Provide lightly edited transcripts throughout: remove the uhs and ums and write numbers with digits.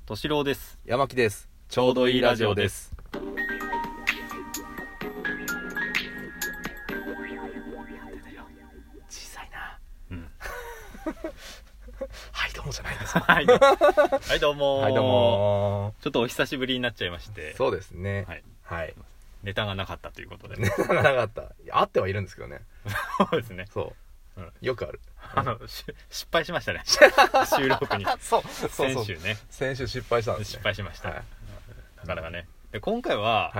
敏郎です。 山木です。 ちょうどいいラジオです。 小さいな。 はいどうもじゃないですか。 はいどうもはいどうも。 ちょっとお久しぶりになっちゃいまして。 そうですね。 はい。ネタがなかったということで。 ネタがなかった。あってはいるんですけどね。 そうですね。 そう。よくある。 失敗しましたね。収録に。先週ね。 先週失敗したんですね。 失敗しました。なかなかね。で今回は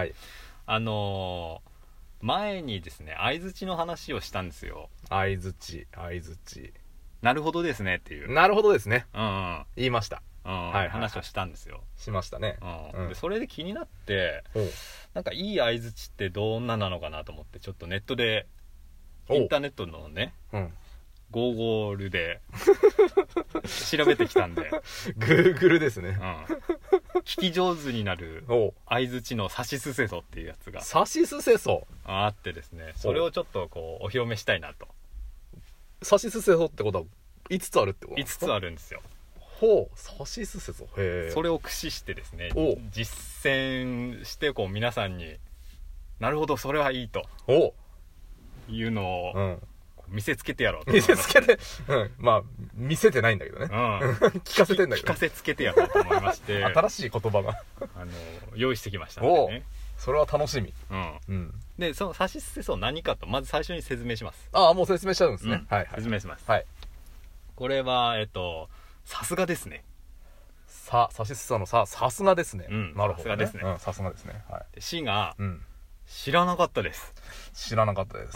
前にですね、相槌の話をしたんですよ。 相槌。 なるほどですねっていう。 なるほどですね。言いました。 話をしたんですよ。 しましたね。 でそれで気になって、なんかいい相槌ってどんななのかなと思って、ちょっとネットでインターネットのね、ゴーゴールで調べてきたんでグーグルですね。 聞き上手になる相槌のさしすせそっていうやつがさしすせそあってですね、それをちょっとこうお披露目したいなと。 さしすせそってことは5つあるってことですか？ 5つあるんですよ。 さしすせそ。 それを駆使してですね、実践してこう皆さんになるほどそれはいいというのを見せつけてやろうと。 見せつけて、まあ見せてないんだけどね。聞かせてんだけど。 聞かせつけてやろうと思いまして、 新しい言葉が用意してきましたのでね。 それは楽しみ。 でそのさしすせそ何かとまず最初に説明します。 もう説明しちゃうんですね。 説明します。これはさすがですね。 さしすせそのさすがですね。なるほどね。さすがですね。 しが知らなかったです。 知らなかったです。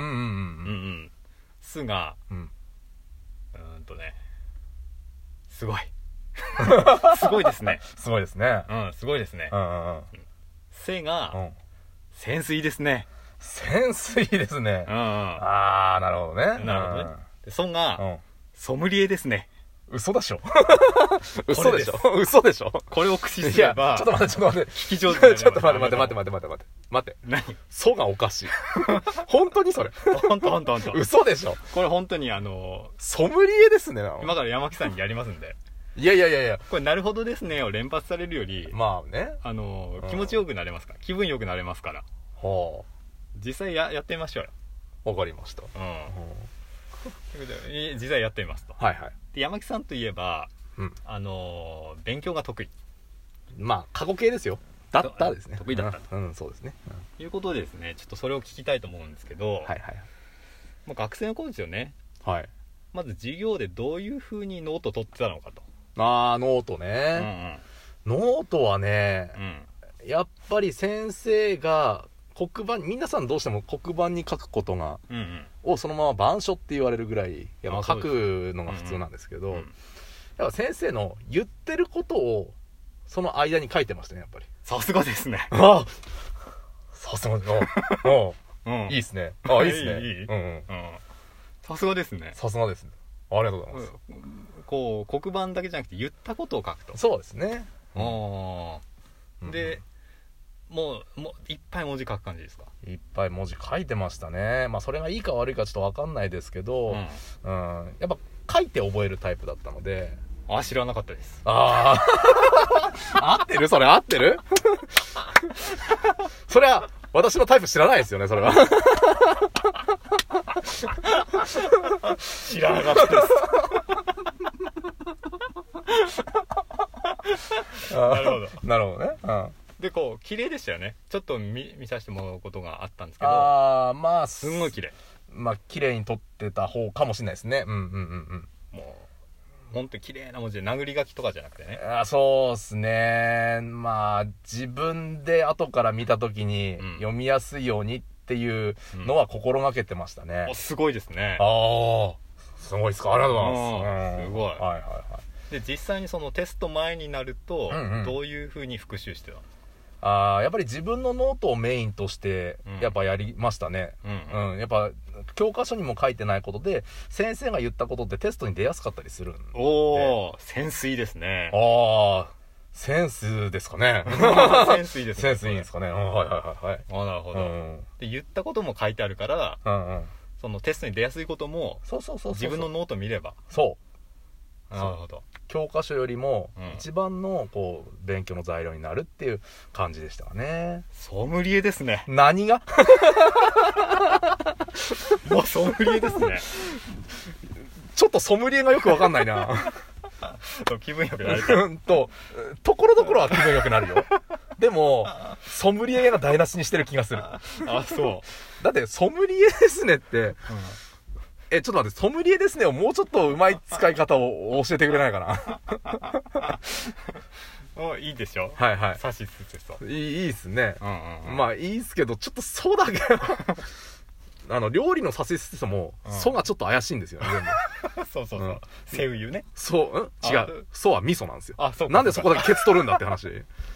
すがすごいすごいですね。 すごいですね。 すごいですね。せが潜水ですね。 潜水ですね。なるほどね。 なるほどね。そがソムリエですね。 嘘でしょ嘘でしょこれを駆使すれば。 ちょっと待って聞き上手になります。 ちょっと待って何？ ソがおかしい。本当にそれ。 本当嘘でしょ。 これ本当にソムリエですね。 今から山木さんにやりますんで。 いやこれなるほどですねを連発されるより、 まあね、 気持ちよくなれますから、気分よくなれますから、実際やってみましょうよ。 わかりました。 実際やってみますと。で山木さんといえば勉強が得意、 まあ過去形ですよ。だったですね。 得意だったと。 そうですね。 ということでですね、ちょっとそれを聞きたいと思うんですけど、学生の頃ですよね。まず授業でどういう風にノート取ってたのかと。 ノートね。ノートはね、やっぱり先生が黒板、皆さんどうしても黒板に書くことが、をそのまま板書って言われるぐらい書くのが普通なんですけど、やっぱ先生の言ってることをその間に書いてましたね、やっぱり。 さすがですね。 さすが。いいですね。いいですね。 さすがですね。 さすがですね。ありがとうございます。 こう黒板だけじゃなくて言ったことを書くと。 そうですね。 でもういっぱい文字書く感じですか？ いっぱい文字書いてましたね。まあそれがいいか悪いかちょっと分かんないですけど、やっぱ書いて覚えるタイプだったので。 知らなかったです。 合ってる？それ合ってる？それは私のタイプ知らないですよね、それは。 知らなかったです。なるほどね。でこう綺麗でしたよね。ちょっと見させてもらうことがあったんですけど、 まあすんごい綺麗。 まあ綺麗に撮ってた方かもしれないですね。 もう本当に綺麗な文字で、殴り書きとかじゃなくてね。 そうっすね。まあ自分で後から見た時に読みやすいようにっていうのは心がけてましたね。 すごいですね。 すごいですか。ありがとうございます。 すごい。で実際にそのテスト前になるとどういう風に復習してたの？ やっぱり自分のノートをメインとしてやっぱやりましたね。やっぱ教科書にも書いてないことで先生が言ったことってテストに出やすかったりするんで。 潜水ですね。 センスですかね。 潜水ですね。 センスいいんですかね。なるほど。で言ったことも書いてあるから、そのテストに出やすいことも自分のノート見ればなるほど。 教科書よりも一番のこう勉強の材料になるっていう感じでしたね。 ソムリエですね。 何がもうソムリエですね。 ちょっとソムリエがよくわかんないな。 気分よくなるかところどころは気分よくなるよ。でもソムリエが台無しにしてる気がする。 あ、そう。 だってソムリエですねって、ちょっと待って、ソムリエですねをもうちょっとうまい使い方を教えてくれないかな。 いいでしょ。 はいはい。 さしすせそ。 いいっすね。まあいいっすけど、ちょっとそうだけど料理のさしすせそも、そがちょっと怪しいんですよね、全部。 そう。背ウユね。 違う。そは味噌なんですよ。 そうなんでそこだけケツ取るんだって話。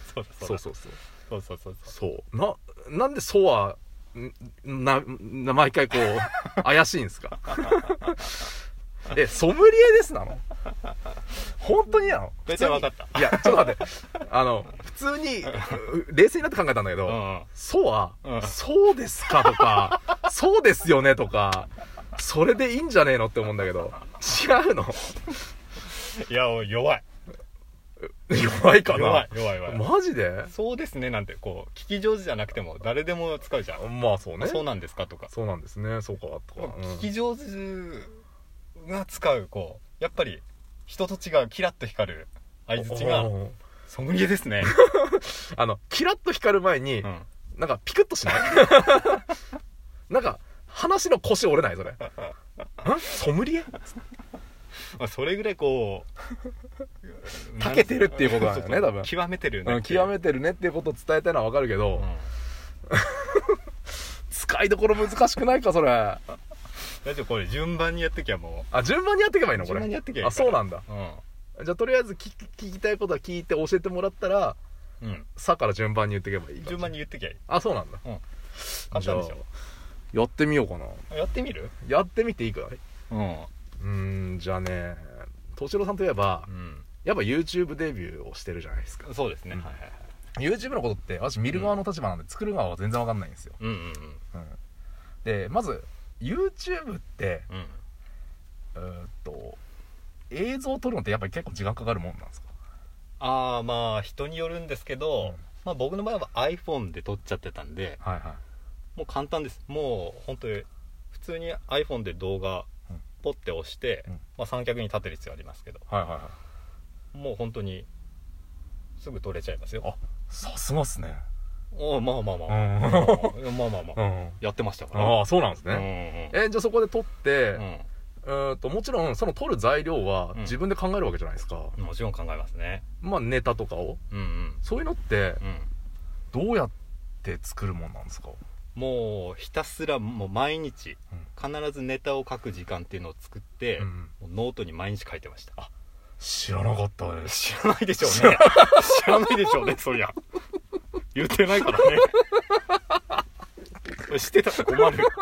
そうなんでそは毎回こう怪しいんですか。ソムリエですなの？本当になの？ 大体分かった。 いやちょっと待って、普通に冷静になって考えたんだけど、そうは、そうですかとかそうですよねとか、それでいいんじゃねえのって思うんだけど、違うの？ いや弱いかな。弱い。 マジで？ そうですねなんてこう聞き上手じゃなくても誰でも使うじゃん。 まあそうね。 そうなんですかとか。 そうなんですね。そうかとか。 聞き上手が使うこうやっぱり人と違うキラッと光る相槌がソムリエですね。 キラッと光る前に、なんかピクッとしない？なんか話の腰折れないそれ。ソムリエ？ それぐらいこう長けてるっていうことなんだよね、多分。 極めてるね、 極めてるねっていうことを伝えたいのは分かるけど、使いどころ難しくないかそれ。 大丈夫、これ順番にやってきゃもう。順番にやってけばいいのこれ。 順番にやってきゃいい。 そうなんだ。じゃあとりあえず聞きたいことは聞いて教えてもらったら、さから順番に言ってけばいい。 順番に言ってきゃいい。 そうなんだ。 簡単でしょ。 やってみようかな。 やってみる？ やってみていいかい？じゃあね、敏郎さんといえば、やっぱ YouTube デビューをしてるじゃないですか。 そうですね。 YouTube のことって私見る側の立場なんで、作る側は全然わかんないんですよ。でまず YouTube って、映像を撮るのってやっぱり結構時間かかるもんなんですか？ まあ人によるんですけど、僕の場合は iPhone で撮っちゃってたんで、もう簡単です。もう本当に普通に iPhone で動画ポッて押して、三脚に立てる必要ありますけど、もう本当にすぐ撮れちゃいますよ。 さすがっすね。 まあやってましたから。 そうなんですね。じゃあそこで撮って、もちろんその撮る材料は自分で考えるわけじゃないですか。 もちろん考えますね。 ネタとかを、そういうのってどうやって作るもんなんですか？ もうひたすらもう毎日必ずネタを書く時間っていうのを作って、もうノートに毎日書いてました。 知らなかったね。 知らないでしょうね。知らないでしょうね、そりゃ。言ってないからね。知ってたら困る。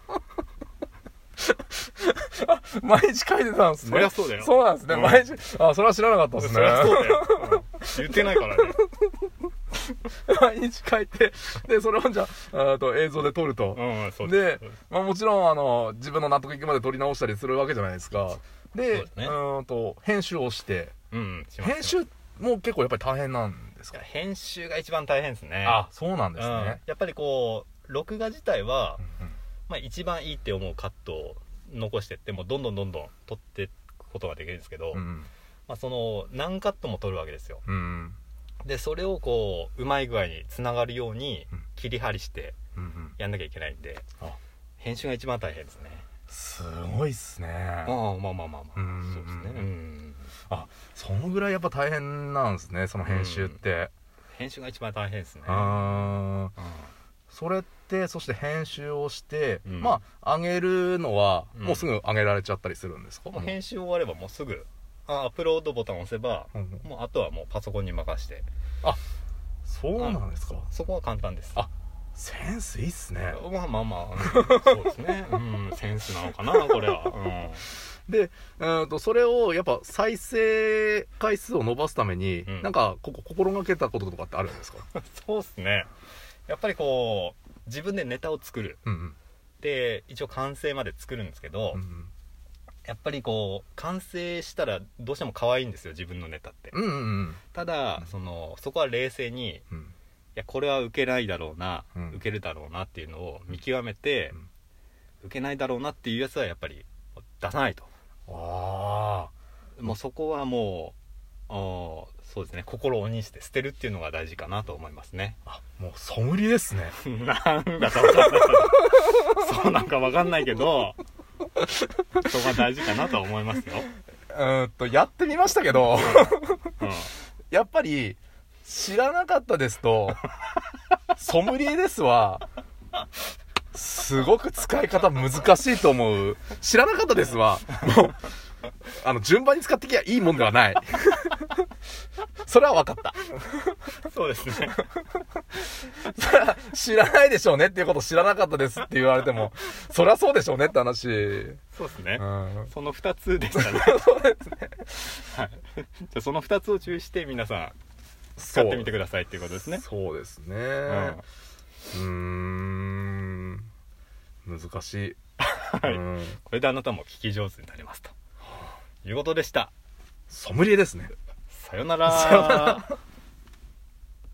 毎日書いてたんですね。 そりゃそうだよ。 そうなんですね。毎日。それは知らなかったですね。 そりゃそうだよ。言ってないからね。 毎日書いて、でそれをじゃあ映像で撮ると。で、もちろん自分の納得いくまで撮り直したりするわけじゃないですか。で、編集をして、編集も結構やっぱり大変なんですか？ 編集が一番大変ですね。 そうなんですね。 やっぱりこう録画自体は、一番いいって思うカットを残してってもどんどん撮っていくことができるんですけど、その何カットも撮るわけですよ。でそれをこううまい具合につながるように切り張りしてやんなきゃいけないんで、編集が一番大変ですね。 すごいっすね。 そうですね。 そのぐらいやっぱ大変なんですね、その編集って。 編集が一番大変ですね。 それってそして編集をして、上げるのはもうすぐ上げられちゃったりするんですか？ 編集終わればもうすぐアップロードボタンを押せば、もうあとはもうパソコンに任して。 そうなんですか？ そこは簡単です。 センスいいっすね。 そうですね。センスなのかなこれは。 で、それをやっぱ再生回数を伸ばすために、なんか心がけたこととかってあるんですか？ そうですね。やっぱりこう自分でネタを作る。で一応完成まで作るんですけど、 やっぱりこう完成したらどうしても可愛いんですよ、自分のネタって、 うんうんうん、 ただそこは冷静に、いやこれは受けないだろうな、受けるだろうなっていうのを見極めて、受けないだろうなっていうやつはやっぱり出さないと。 ああ、もうそこはもうそうですね、心を鬼にして捨てるっていうのが大事かなと思いますね。 あ、もうソムリエですね。 なんだか分かんないそうなんか分かんないけどそこが大事かなとは思いますよ。 やってみましたけど、 うん、 やっぱり知らなかったですとソムリエですはすごく使い方難しいと思う。知らなかったですはもう順番に使ってきゃいいもんではないそれは分かったそうですねそれは知らないでしょうねっていうこと知らなかったですって言われてもそりゃそうでしょうねって話。 そうですね、 うん、 その2つでしたねそうですね、 はい、じゃあその2つを注意して皆さん使ってみてくださいっていうことですね。 そうですね、難しい、 はい、これであなたも聞き上手になりますということでした。 ソムリエですね。 さよなら。 さよなら。